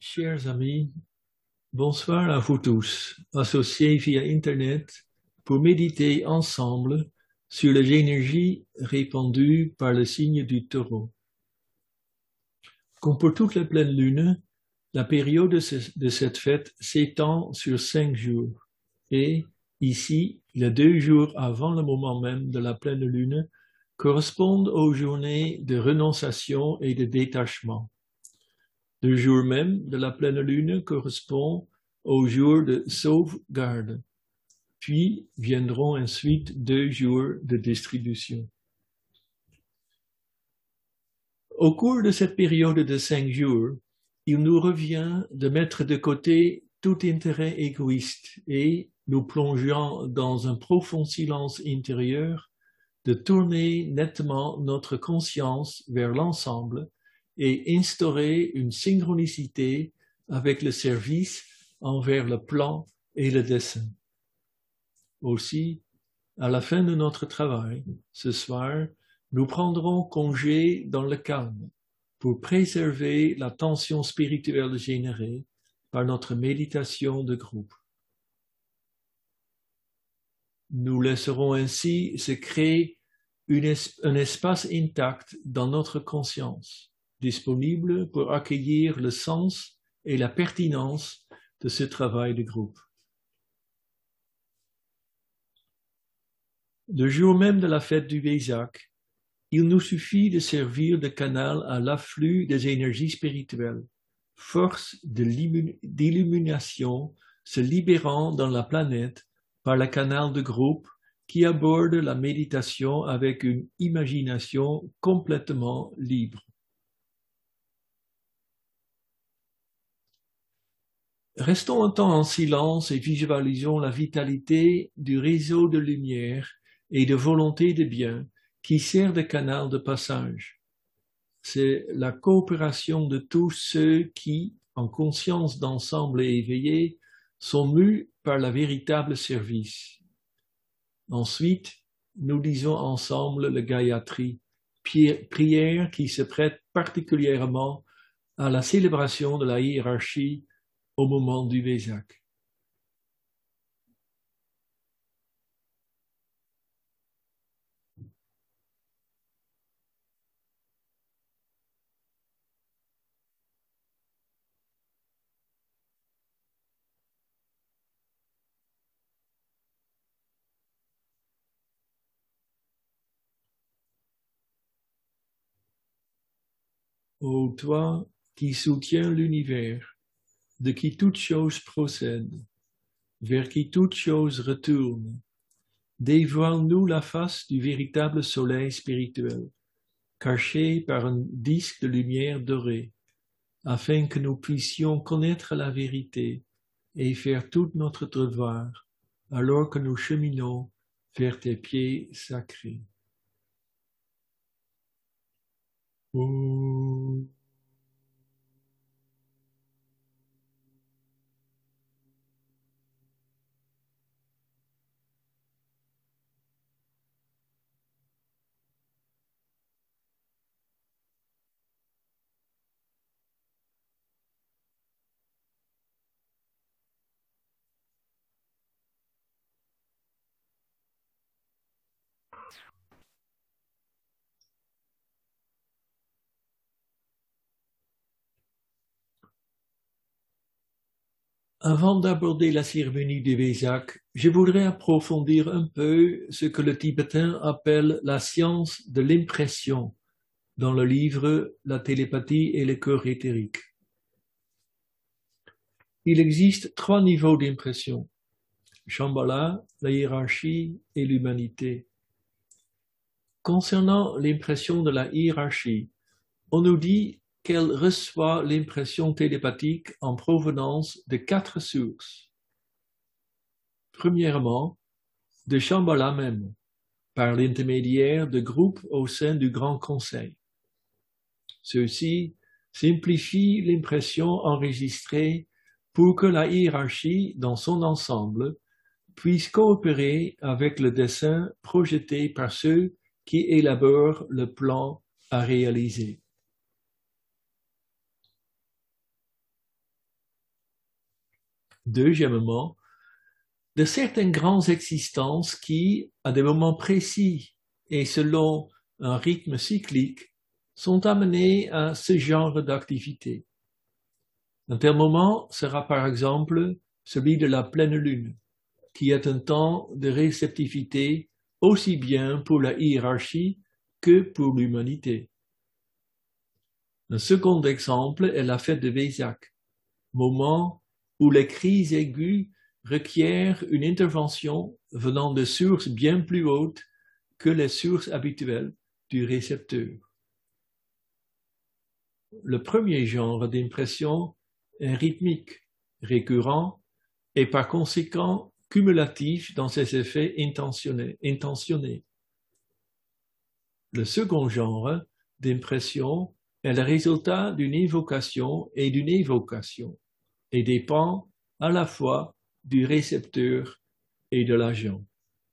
Chers amis, bonsoir à vous tous, associés via Internet pour méditer ensemble sur les énergies répandues par le signe du Taureau. Comme pour toutes les pleines lunes, la période de cette fête s'étend sur 5 jours et, ici, les 2 jours avant le moment même de la pleine lune correspondent aux journées de renonciation et de détachement. Le jour même de la pleine lune correspond au jour de sauvegarde, puis viendront ensuite 2 jours de distribution. Au cours de cette période de 5 jours, il nous revient de mettre de côté tout intérêt égoïste et, nous plongeant dans un profond silence intérieur, de tourner nettement notre conscience vers l'ensemble et instaurer une synchronicité avec le service envers le plan et le dessin. Aussi, à la fin de notre travail, ce soir, nous prendrons congé dans le calme pour préserver la tension spirituelle générée par notre méditation de groupe. Nous laisserons ainsi se créer un espace intact dans notre conscience, disponible pour accueillir le sens et la pertinence de ce travail de groupe. Le jour même de la fête du Vésak, il nous suffit de servir de canal à l'afflux des énergies spirituelles, force d'illumination se libérant dans la planète par le canal de groupe qui aborde la méditation avec une imagination complètement libre. Restons un temps en silence et visualisons la vitalité du réseau de lumière et de volonté de bien qui sert de canal de passage. C'est la coopération de tous ceux qui, en conscience d'ensemble et éveillés, sont mus par le véritable service. Ensuite, nous disons ensemble le Gayatri, prière qui se prête particulièrement à la célébration de la hiérarchie au moment du Vésak. Ô toi qui soutiens l'univers, de qui toute chose procède, vers qui toute chose retourne, dévoile-nous la face du véritable soleil spirituel, caché par un disque de lumière dorée, afin que nous puissions connaître la vérité et faire tout notre devoir, alors que nous cheminons vers tes pieds sacrés. Oh. Avant d'aborder la cérémonie du Vésak, je voudrais approfondir un peu ce que le tibétain appelle la science de l'impression dans le livre La télépathie et le corps éthérique. Il existe 3 niveaux d'impression: Shambhala, la hiérarchie et l'humanité. Concernant l'impression de la hiérarchie, on nous dit qu'elle reçoit l'impression télépathique en provenance de 4 sources. Premièrement, de Shambhala même, par l'intermédiaire de groupes au sein du Grand Conseil. Ceux-ci simplifient l'impression enregistrée pour que la hiérarchie, dans son ensemble, puisse coopérer avec le dessin projeté par ceux qui élaborent le plan à réaliser. Deuxièmement, de certaines grandes existences qui, à des moments précis et selon un rythme cyclique, sont amenées à ce genre d'activité. Un tel moment sera par exemple celui de la pleine lune, qui est un temps de réceptivité aussi bien pour la hiérarchie que pour l'humanité. Un second exemple est la fête de Vesak, moment où les crises aiguës requièrent une intervention venant de sources bien plus hautes que les sources habituelles du récepteur. Le premier genre d'impression est rythmique, récurrent et par conséquent cumulatif dans ses effets intentionnés. Le second genre d'impression est le résultat d'une évocation et d'une évocation et dépend à la fois du récepteur et de l'agent.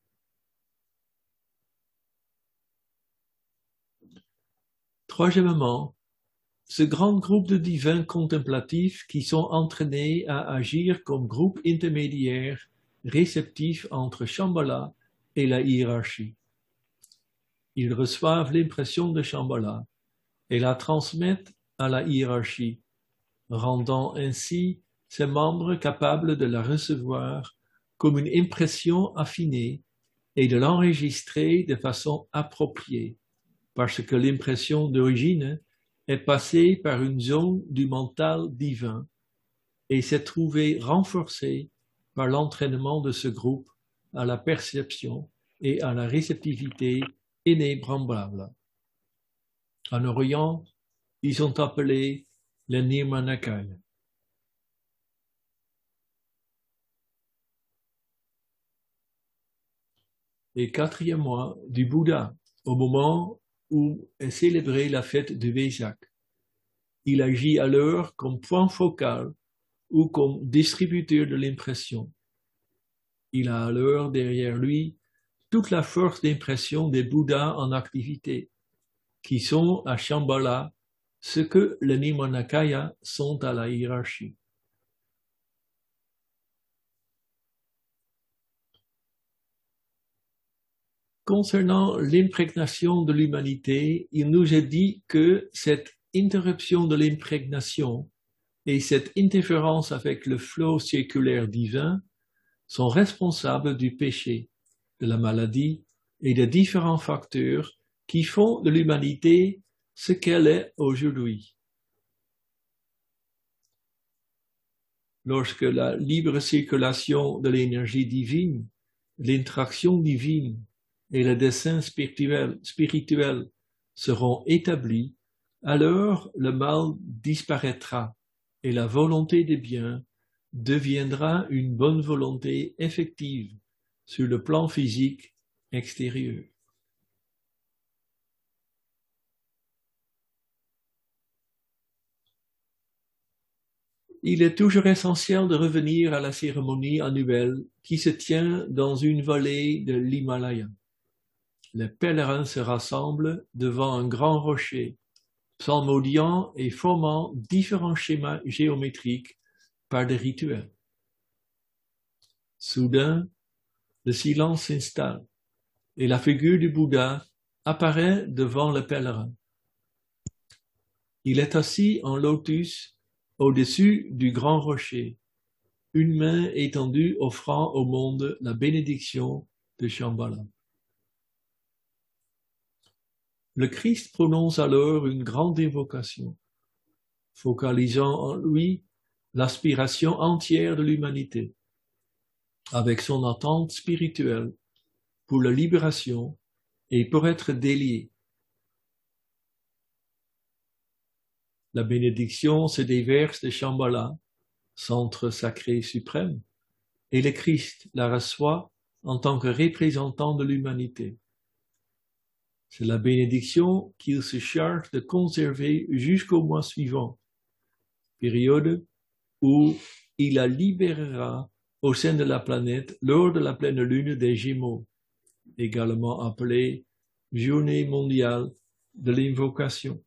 Troisièmement, ce grand groupe de divins contemplatifs qui sont entraînés à agir comme groupe intermédiaire réceptif entre Shambhala et la hiérarchie. Ils reçoivent l'impression de Shambhala et la transmettent à la hiérarchie, rendant ainsi ses membres capables de la recevoir comme une impression affinée et de l'enregistrer de façon appropriée, parce que l'impression d'origine est passée par une zone du mental divin et s'est trouvée renforcée par l'entraînement de ce groupe à la perception et à la réceptivité inébranlable. En Orient, ils sont appelés les Nirmanakaya. Et quatrième mois du Bouddha, au moment où est célébrée la fête de Vesak. Il agit alors comme point focal ou comme distributeur de l'impression. Il a alors derrière lui toute la force d'impression des Bouddhas en activité, qui sont à Shambhala ce que les Nirmanakaya sont à la hiérarchie. Concernant l'imprégnation de l'humanité, il nous est dit que cette interruption de l'imprégnation et cette interférence avec le flot circulaire divin sont responsables du péché, de la maladie et de différents facteurs qui font de l'humanité ce qu'elle est aujourd'hui. Lorsque la libre circulation de l'énergie divine, l'interaction divine et le dessein spirituel seront établis, alors le mal disparaîtra et la volonté des biens deviendra une bonne volonté effective sur le plan physique extérieur. Il est toujours essentiel de revenir à la cérémonie annuelle qui se tient dans une vallée de l'Himalaya. Les pèlerins se rassemblent devant un grand rocher, psalmodiant et formant différents schémas géométriques par des rituels. Soudain, le silence s'installe et la figure du Bouddha apparaît devant le pèlerin. Il est assis en lotus au-dessus du grand rocher, une main étendue offrant au monde la bénédiction de Shambhala. Le Christ prononce alors une grande invocation, focalisant en lui l'aspiration entière de l'humanité, avec son attente spirituelle pour la libération et pour être délié. La bénédiction se déverse de Shambhala, centre sacré suprême, et le Christ la reçoit en tant que représentant de l'humanité. C'est la bénédiction qu'il se charge de conserver jusqu'au mois suivant, période où il la libérera au sein de la planète lors de la pleine lune des Gémeaux, également appelée Journée mondiale de l'invocation.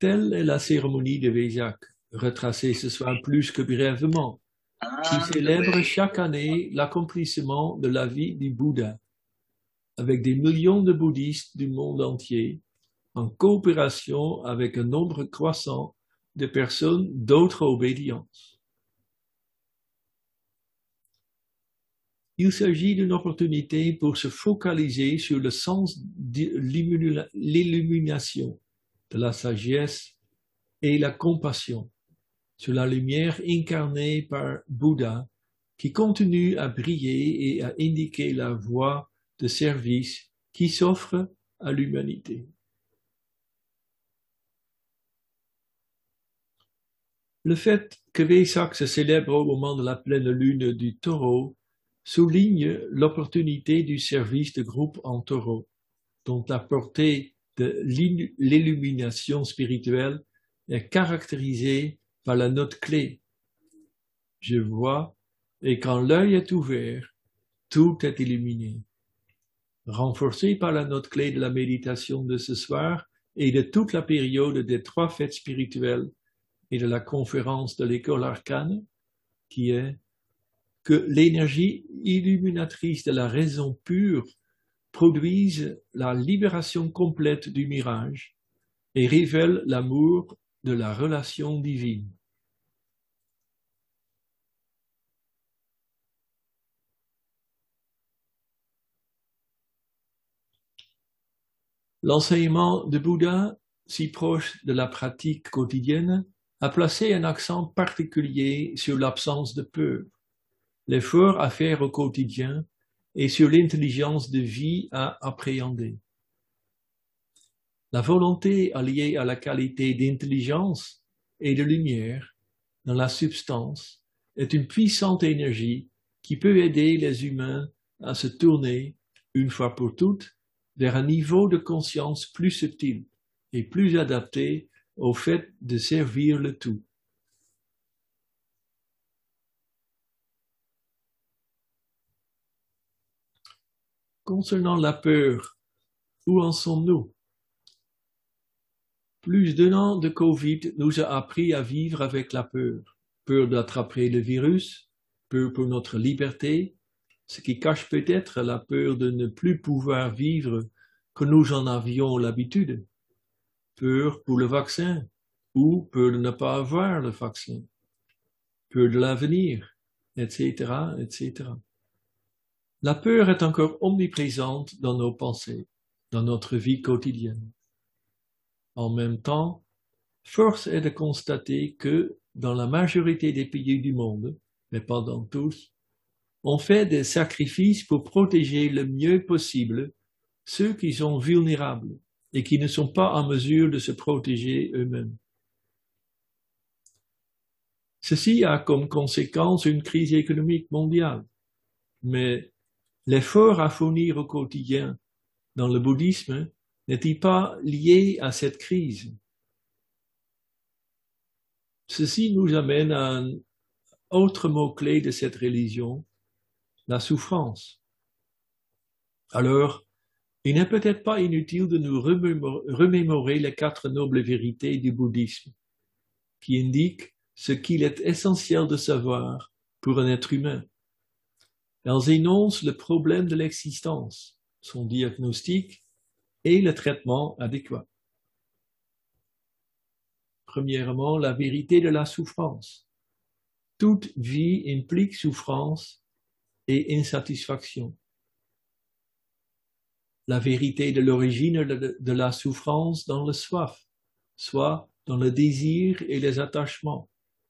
Telle est la cérémonie de Vesak, retracée ce soir plus que brièvement, qui célèbre chaque année l'accomplissement de la vie du Bouddha, avec des millions de bouddhistes du monde entier, en coopération avec un nombre croissant de personnes d'autres obédiences. Il s'agit d'une opportunité pour se focaliser sur le sens de l'illumination, de la sagesse et la compassion, sur la lumière incarnée par Bouddha qui continue à briller et à indiquer la voie de service qui s'offre à l'humanité. Le fait que Vesak se célèbre au moment de la pleine lune du Taureau souligne l'opportunité du service de groupe en Taureau, dont la portée de l'illumination spirituelle est caractérisée par la note clé. Je vois, et quand l'œil est ouvert, tout est illuminé. Renforcé par la note clé de la méditation de ce soir et de toute la période des 3 fêtes spirituelles et de la conférence de l'école arcane, qui est que l'énergie illuminatrice de la raison pure produise la libération complète du mirage et révèle l'amour de la relation divine. L'enseignement de Bouddha, si proche de la pratique quotidienne, a placé un accent particulier sur l'absence de peur, l'effort à faire au quotidien et sur l'intelligence de vie à appréhender. La volonté alliée à la qualité d'intelligence et de lumière dans la substance est une puissante énergie qui peut aider les humains à se tourner, une fois pour toutes, vers un niveau de conscience plus subtil et plus adapté au fait de servir le tout. Concernant la peur, où en sommes-nous? Plus d'un an de Covid nous a appris à vivre avec la peur. Peur d'attraper le virus, peur pour notre liberté, ce qui cache peut-être la peur de ne plus pouvoir vivre que nous en avions l'habitude. Peur pour le vaccin ou peur de ne pas avoir le vaccin. Peur de l'avenir, etc., etc. La peur est encore omniprésente dans nos pensées, dans notre vie quotidienne. En même temps, force est de constater que, dans la majorité des pays du monde, mais pas dans tous, on fait des sacrifices pour protéger le mieux possible ceux qui sont vulnérables et qui ne sont pas en mesure de se protéger eux-mêmes. Ceci a comme conséquence une crise économique mondiale, mais l'effort à fournir au quotidien dans le bouddhisme n'est-il pas lié à cette crise? Ceci nous amène à un autre mot-clé de cette religion, la souffrance. Alors, il n'est peut-être pas inutile de nous remémorer les 4 nobles vérités du bouddhisme, qui indiquent ce qu'il est essentiel de savoir pour un être humain. Elles énoncent le problème de l'existence, son diagnostic et le traitement adéquat. Premièrement, la vérité de la souffrance. Toute vie implique souffrance et insatisfaction. La vérité de l'origine de la souffrance dans le soif, soit dans le désir et les attachements.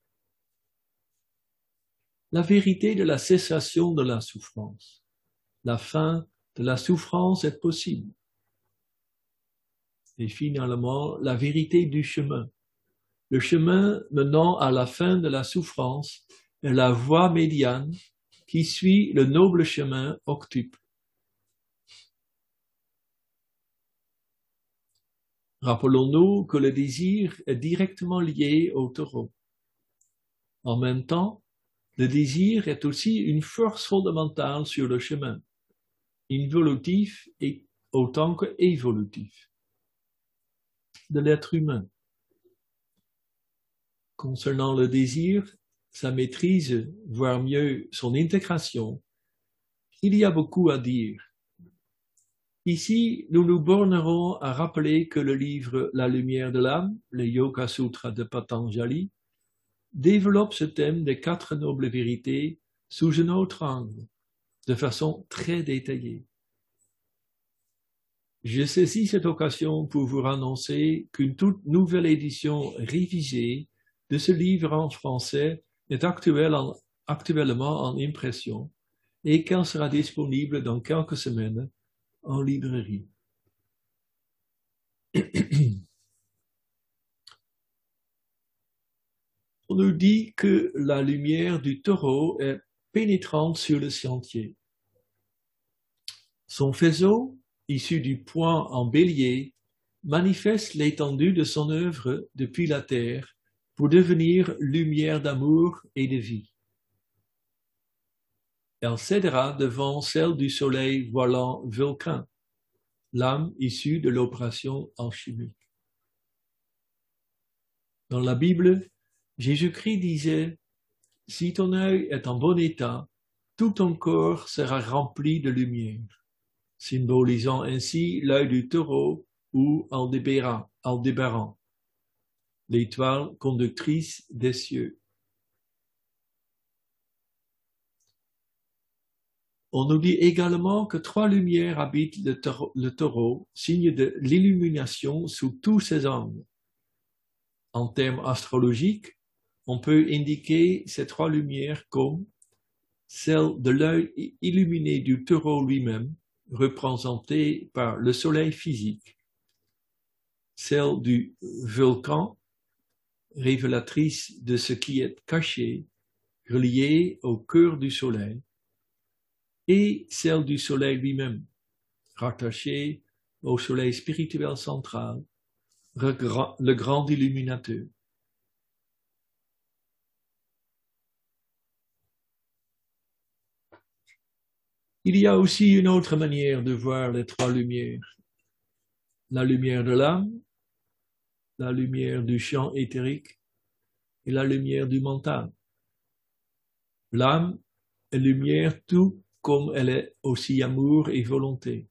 La vérité de la cessation de la souffrance. La fin de la souffrance est possible. Et finalement, la vérité du chemin. Le chemin menant à la fin de la souffrance est la voie médiane qui suit le noble chemin octuple. Rappelons-nous que le désir est directement lié au taureau. En même temps, le désir est aussi une force fondamentale sur le chemin, involutif et autant qu'évolutif, de l'être humain. Concernant le désir, sa maîtrise, voire mieux son intégration, il y a beaucoup à dire. Ici, nous nous bornerons à rappeler que le livre La lumière de l'âme, le Yoga Sutra de Patanjali, développe ce thème des 4 nobles vérités sous un autre angle, de façon très détaillée. Je saisis cette occasion pour vous annoncer qu'une toute nouvelle édition révisée de ce livre en français est actuellement en impression et qu'elle sera disponible dans quelques semaines en librairie. On nous dit que la lumière du taureau est pénétrante sur le sentier. Son faisceau, issu du point en bélier, manifeste l'étendue de son œuvre depuis la terre pour devenir lumière d'amour et de vie. Elle cédera devant celle du soleil voilant Vulcain, l'âme issue de l'opération alchimique. Dans la Bible, Jésus-Christ disait « Si ton œil est en bon état, tout ton corps sera rempli de lumière », symbolisant ainsi l'œil du taureau ou Aldébaran, l'étoile conductrice des cieux. On nous dit également que 3 lumières habitent le taureau, signe de l'illumination sous tous ses angles. En termes astrologiques, on peut indiquer ces 3 lumières comme celle de l'œil illuminé du taureau lui-même, représenté par le soleil physique, celle du volcan, révélatrice de ce qui est caché, relié au cœur du soleil, et celle du soleil lui-même, rattachée au soleil spirituel central, le grand illuminateur. Il y a aussi une autre manière de voir les 3 lumières. La lumière de l'âme, la lumière du champ éthérique et la lumière du mental. L'âme est lumière tout comme elle est aussi amour et volonté.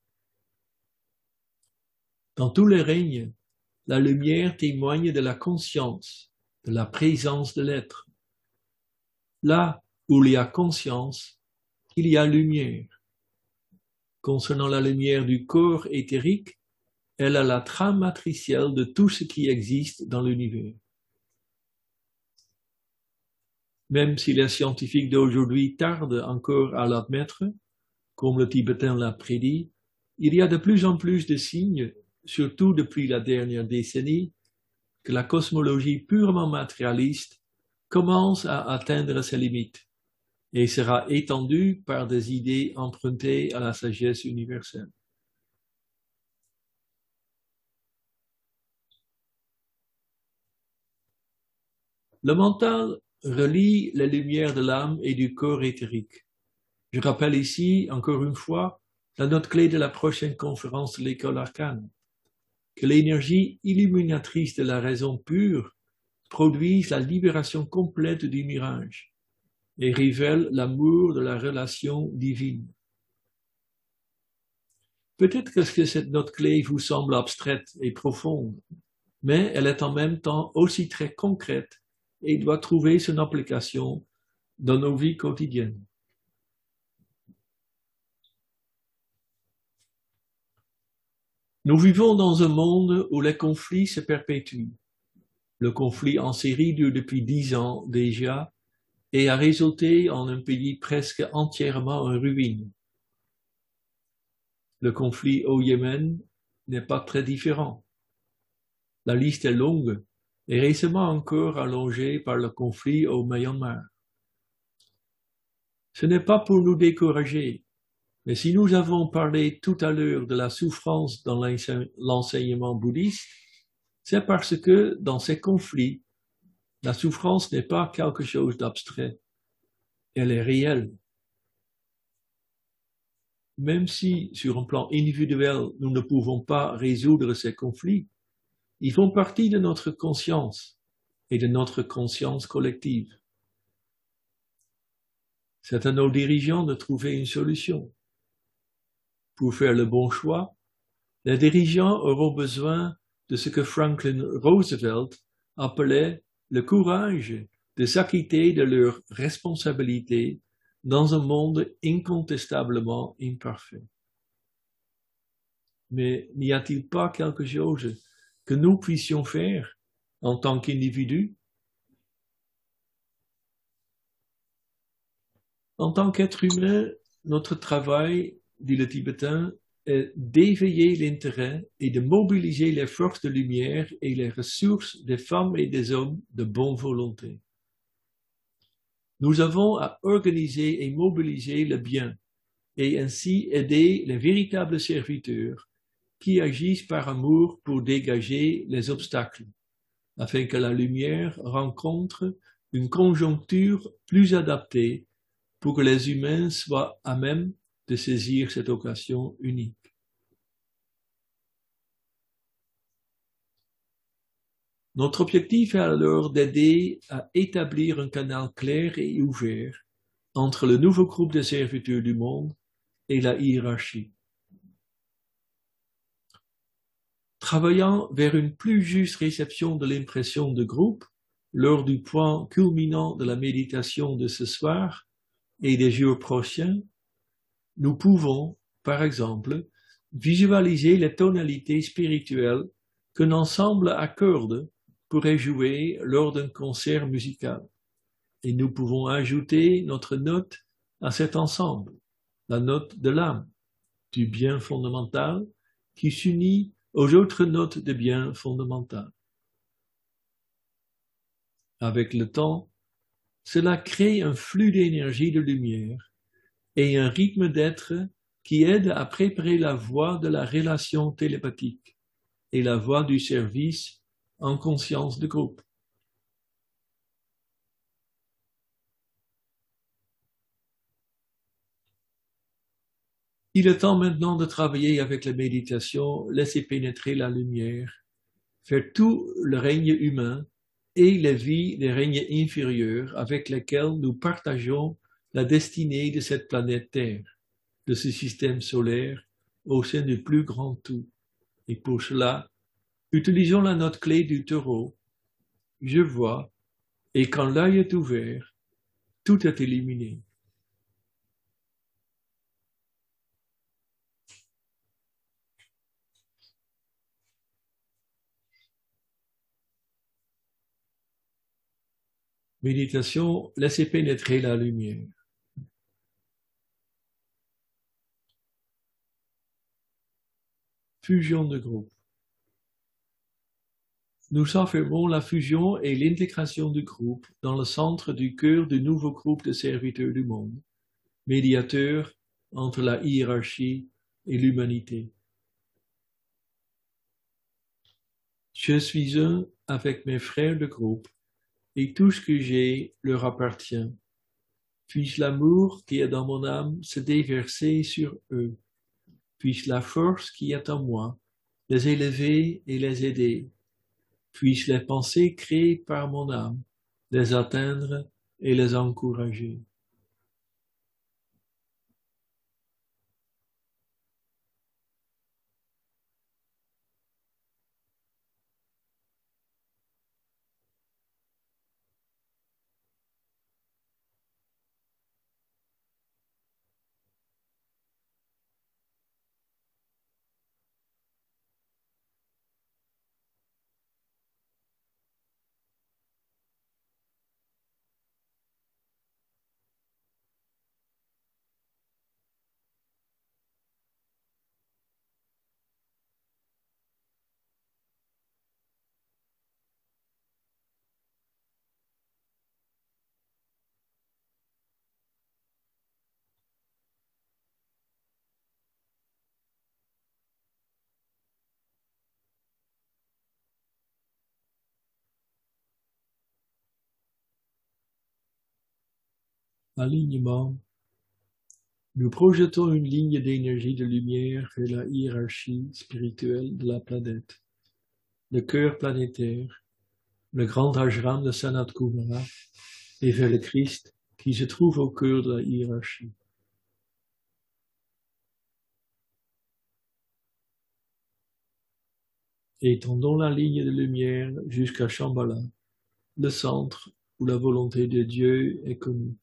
Dans tous les règnes, la lumière témoigne de la conscience, de la présence de l'être. Là où il y a conscience, il y a lumière. Concernant la lumière du corps éthérique, elle est la trame matricielle de tout ce qui existe dans l'univers. Même si les scientifiques d'aujourd'hui tardent encore à l'admettre, comme le Tibétain l'a prédit, il y a de plus en plus de signes, surtout depuis la dernière décennie, que la cosmologie purement matérialiste commence à atteindre ses limites et sera étendue par des idées empruntées à la sagesse universelle. Le mental relie les lumières de l'âme et du corps éthérique. Je rappelle ici, encore une fois, la note clé de la prochaine conférence de l'école arcane, que l'énergie illuminatrice de la raison pure produise la libération complète du mirage et révèle l'amour de la relation divine. Peut-être que cette note clé vous semble abstraite et profonde, mais elle est en même temps aussi très concrète et doit trouver son application dans nos vies quotidiennes. Nous vivons dans un monde où les conflits se perpétuent. Le conflit en Syrie dure depuis 10 ans déjà et a résulté en un pays presque entièrement en ruine. Le conflit au Yémen n'est pas très différent. La liste est longue et récemment encore allongée par le conflit au Myanmar. Ce n'est pas pour nous décourager, mais si nous avons parlé tout à l'heure de la souffrance dans l'enseignement bouddhiste, c'est parce que dans ces conflits, la souffrance n'est pas quelque chose d'abstrait, elle est réelle. Même si, sur un plan individuel, nous ne pouvons pas résoudre ces conflits, ils font partie de notre conscience et de notre conscience collective. C'est à nos dirigeants de trouver une solution. Pour faire le bon choix, les dirigeants auront besoin de ce que Franklin Roosevelt appelait le courage de s'acquitter de leurs responsabilités dans un monde incontestablement imparfait. Mais n'y a-t-il pas quelque chose que nous puissions faire en tant qu'individus? En tant qu'être humain, notre travail, dit le Tibétain, est d'éveiller l'intérêt et de mobiliser les forces de lumière et les ressources des femmes et des hommes de bonne volonté. Nous avons à organiser et mobiliser le bien et ainsi aider les véritables serviteurs qui agissent par amour pour dégager les obstacles, afin que la lumière rencontre une conjoncture plus adaptée pour que les humains soient à même de saisir cette occasion unique. Notre objectif est alors d'aider à établir un canal clair et ouvert entre le nouveau groupe de serviteurs du monde et la hiérarchie. Travaillant vers une plus juste réception de l'impression de groupe, lors du point culminant de la méditation de ce soir et des jours prochains, nous pouvons, par exemple, visualiser les tonalités spirituelles qu'un ensemble à cordes pourrait jouer lors d'un concert musical. Et nous pouvons ajouter notre note à cet ensemble, la note de l'âme, du bien fondamental qui s'unit aux autres notes de bien fondamental. Avec le temps, cela crée un flux d'énergie de lumière et un rythme d'être qui aide à préparer la voie de la relation télépathique et la voie du service en conscience de groupe. Il est temps maintenant de travailler avec la méditation, laisser pénétrer la lumière, faire tout le règne humain et les vies des règnes inférieurs avec lesquels nous partageons la destinée de cette planète Terre, de ce système solaire au sein du plus grand tout. Et pour cela, utilisons la note clé du taureau. Je vois, et quand l'œil est ouvert, tout est éliminé. Méditation, laissez pénétrer la lumière. Fusion de groupe. Nous affirmons la fusion et l'intégration du groupe dans le centre du cœur du nouveau groupe de serviteurs du monde, médiateur entre la hiérarchie et l'humanité. Je suis un avec mes frères de groupe et tout ce que j'ai leur appartient. Puisse l'amour qui est dans mon âme se déverser sur eux. Puisse la force qui est en moi les élever et les aider. Puisse les pensées créées par mon âme les atteindre et les encourager. Alignement. Nous projetons une ligne d'énergie de lumière vers la hiérarchie spirituelle de la planète, le cœur planétaire, le grand ashram de Sanat Kumara, et vers le Christ qui se trouve au cœur de la hiérarchie. Et étendons la ligne de lumière jusqu'à Shambhala, le centre où la volonté de Dieu est connue.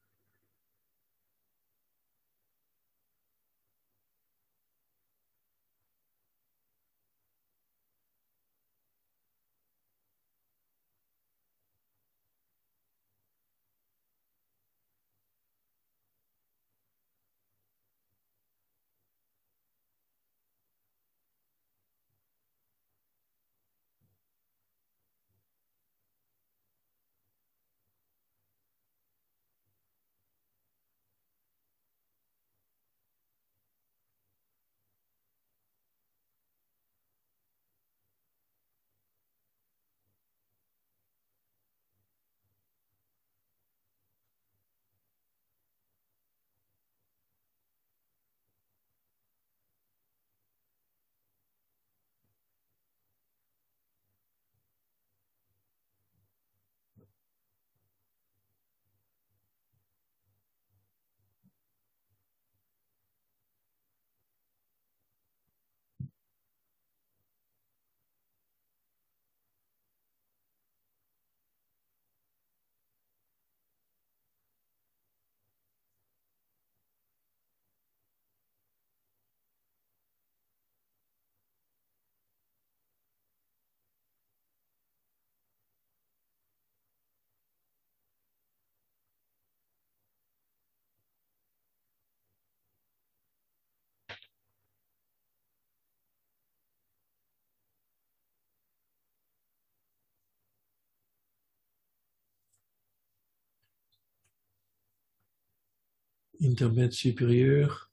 Intermède supérieur.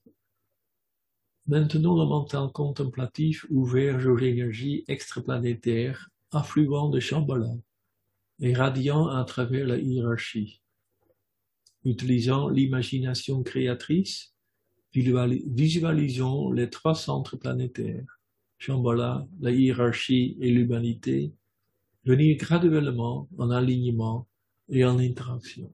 Maintenant le mental contemplatif ouvert aux énergies extraplanétaires, affluent de Shambhala et radiant à travers la hiérarchie. Utilisant l'imagination créatrice, visualisons les trois centres planétaires, Shambhala, la hiérarchie et l'humanité, venir graduellement en alignement et en interaction.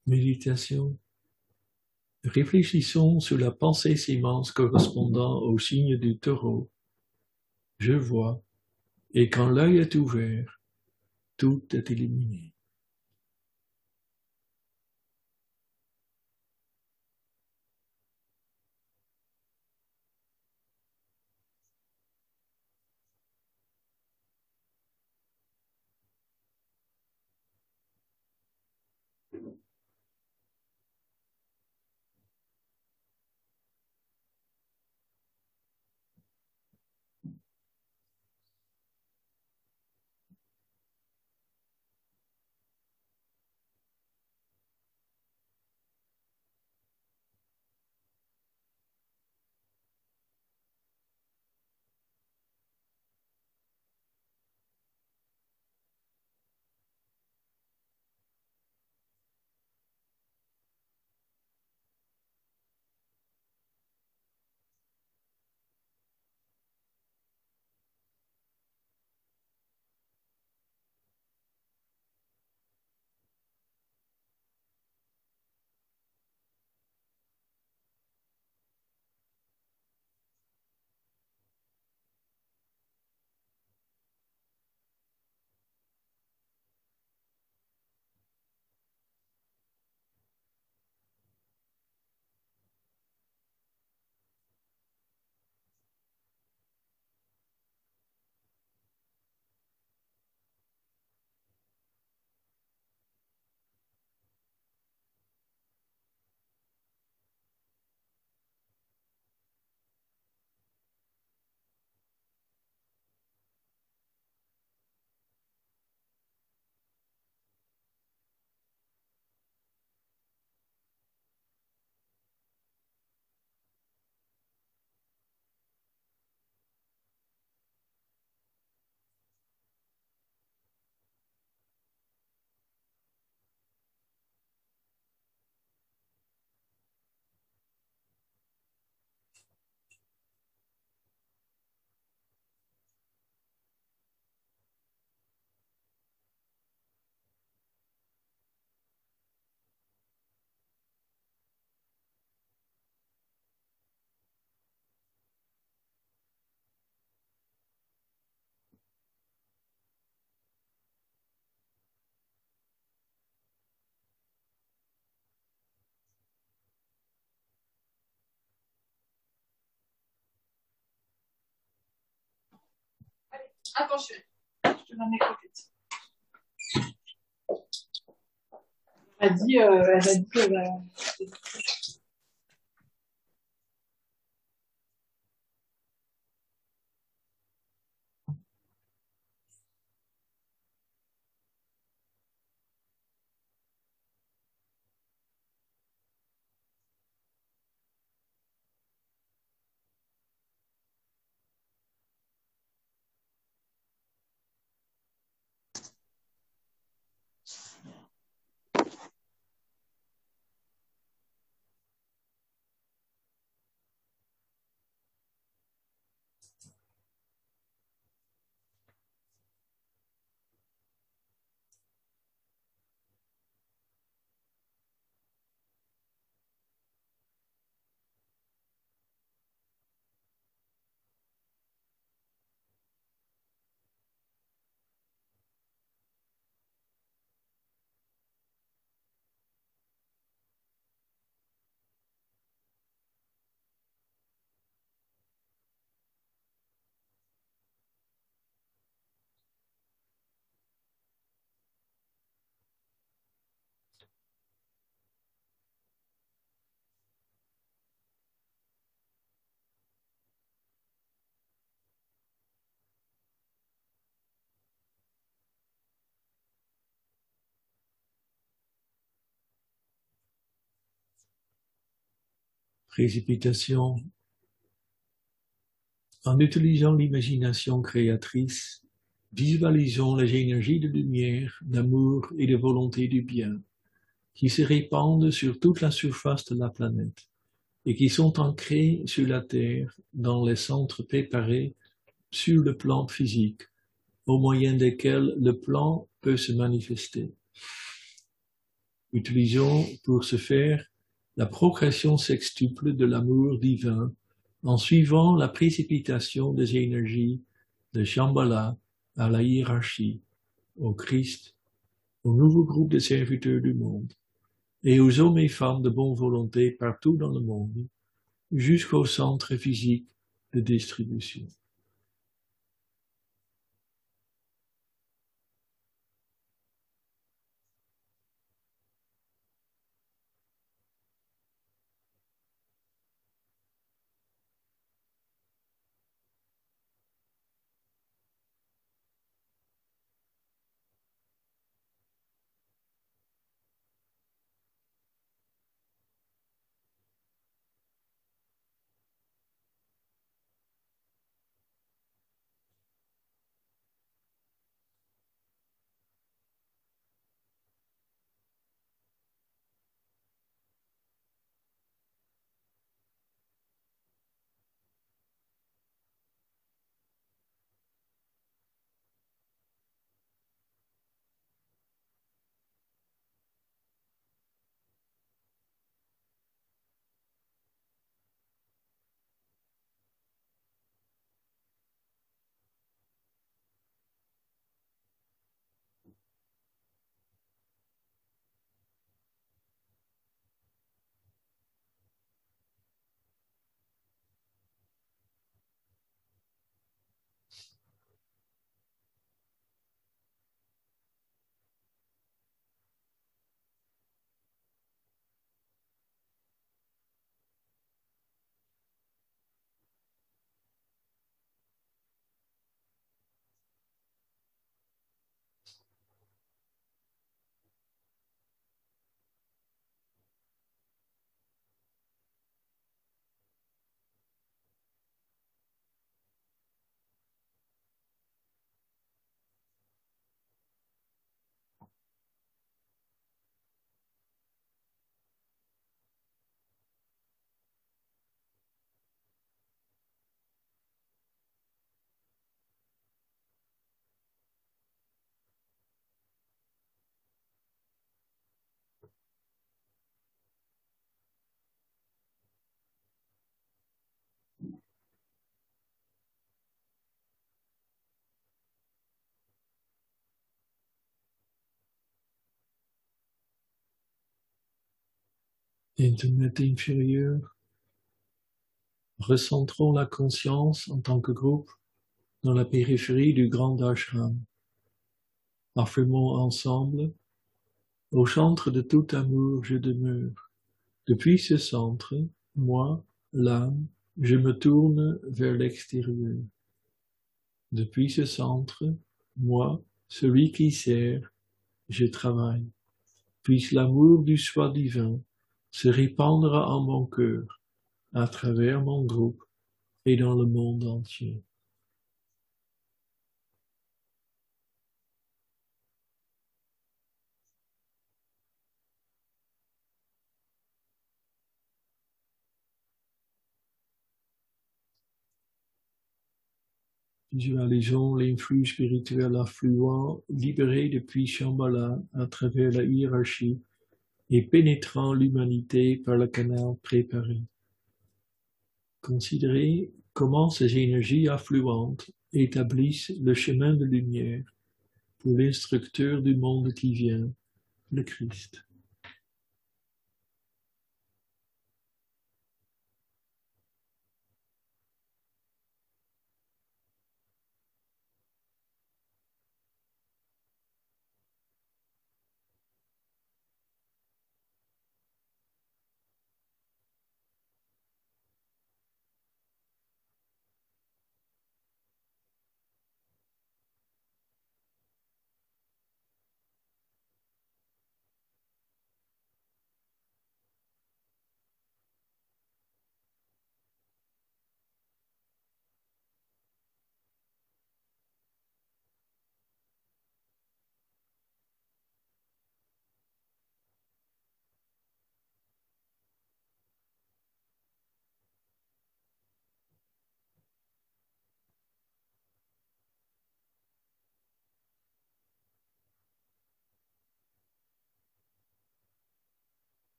Méditation. Réfléchissons sur la pensée sémence correspondant au signe du taureau. Je vois, et quand l'œil est ouvert, tout est éliminé. Attention, je te donne mes croquettes. Elle a dit qu'elle va... Précipitation. En utilisant l'imagination créatrice, visualisons les énergies de lumière, d'amour et de volonté du bien qui se répandent sur toute la surface de la planète et qui sont ancrées sur la Terre dans les centres préparés sur le plan physique, au moyen desquels le plan peut se manifester. Utilisons pour ce faire la progression sextuple de l'amour divin en suivant la précipitation des énergies de Shambhala à la hiérarchie, au Christ, au nouveau groupe de serviteurs du monde, et aux hommes et femmes de bonne volonté partout dans le monde, jusqu'au centre physique de distribution. Internet inférieur, recentrons la conscience en tant que groupe dans la périphérie du grand ashram. Affirmons ensemble, au centre de tout amour je demeure. Depuis ce centre, moi, l'âme, je me tourne vers l'extérieur. Depuis ce centre, moi, celui qui sert, je travaille. Puisse l'amour du soi divin se répandre en mon cœur, à travers mon groupe et dans le monde entier. Visualisons l'influx spirituel affluent libéré depuis Shambhala à travers la hiérarchie et pénétrant l'humanité par le canal préparé. Considérez comment ces énergies affluentes établissent le chemin de lumière pour l'instructeur du monde qui vient, le Christ.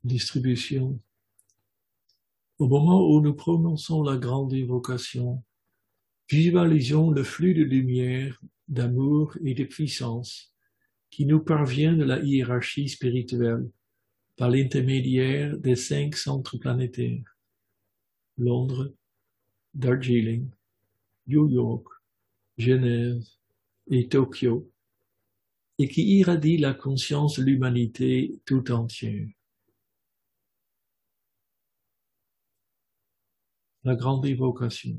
distribution. Au moment où nous prononçons la grande évocation, visualisons le flux de lumière, d'amour et de puissance qui nous parvient de la hiérarchie spirituelle par l'intermédiaire des 5 centres planétaires, Londres, Darjeeling, New York, Genève et Tokyo, et qui irradie la conscience de l'humanité tout entière. La grande évocation.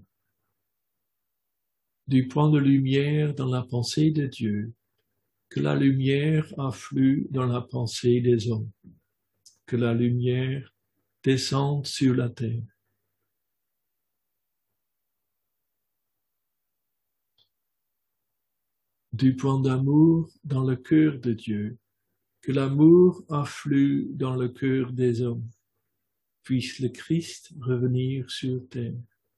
Du point de lumière dans la pensée de Dieu, que la lumière afflue dans la pensée des hommes, que la lumière descende sur la terre. Du point d'amour dans le cœur de Dieu, que l'amour afflue dans le cœur des hommes, puisse le Christ revenir sur terre.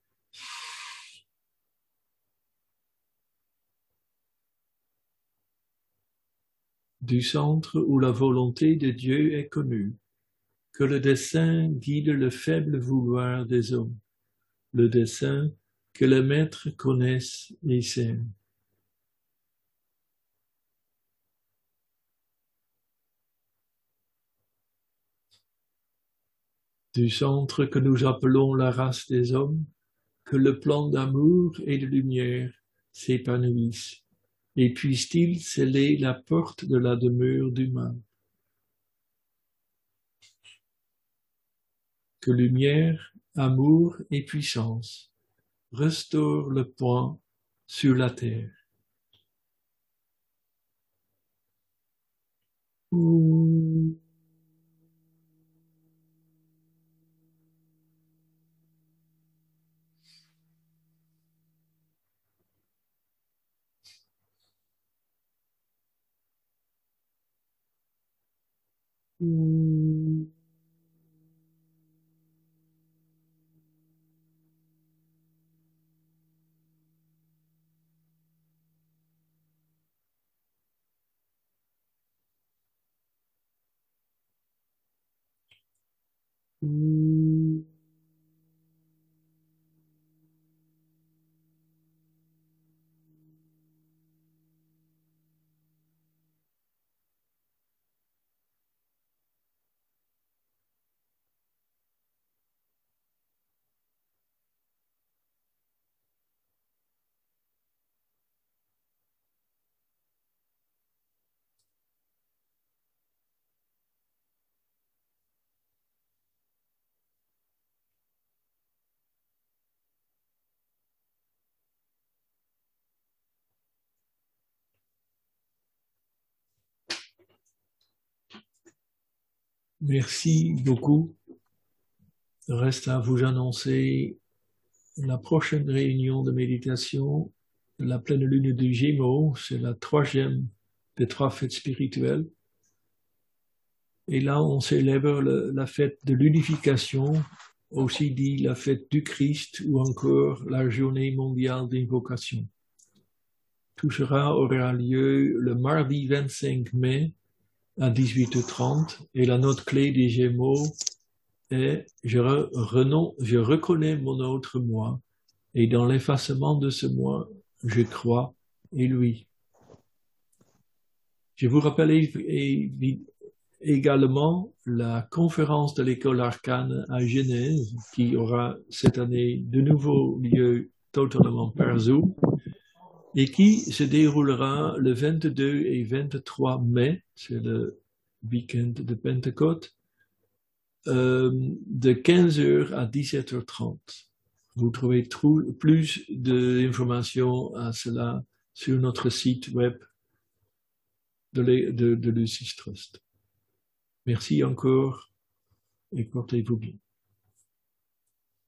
Du centre où la volonté de Dieu est connue, que le dessein guide le faible vouloir des hommes, le dessein que les maîtres connaissent et sème. Du centre que nous appelons la race des hommes, que le plan d'amour et de lumière s'épanouisse, et puisse-t-il sceller la porte de la demeure du mal. Que lumière, amour et puissance restaurent le point sur la terre. Merci beaucoup. Il reste à vous annoncer la prochaine réunion de méditation, la pleine lune du Gémeaux, c'est la 3e des 3 fêtes spirituelles. Et là, on célèbre la fête de l'unification, aussi dit la fête du Christ ou encore la journée mondiale d'invocation. Tout cela aura lieu le mardi 25 mai à 18h30 et la note clé des Gémeaux est « Je reconnais mon autre moi et dans l'effacement de ce moi, je crois et lui ». Je vous rappelle également la conférence de l'école arcane à Genève qui aura cette année de nouveau lieu totalement par Zoom et qui se déroulera le 22 et 23 mai, c'est le week-end de Pentecôte, de 15h à 17h30. Vous trouvez plus d'informations à cela sur notre site web de Lucis Trust. Merci encore et portez-vous bien.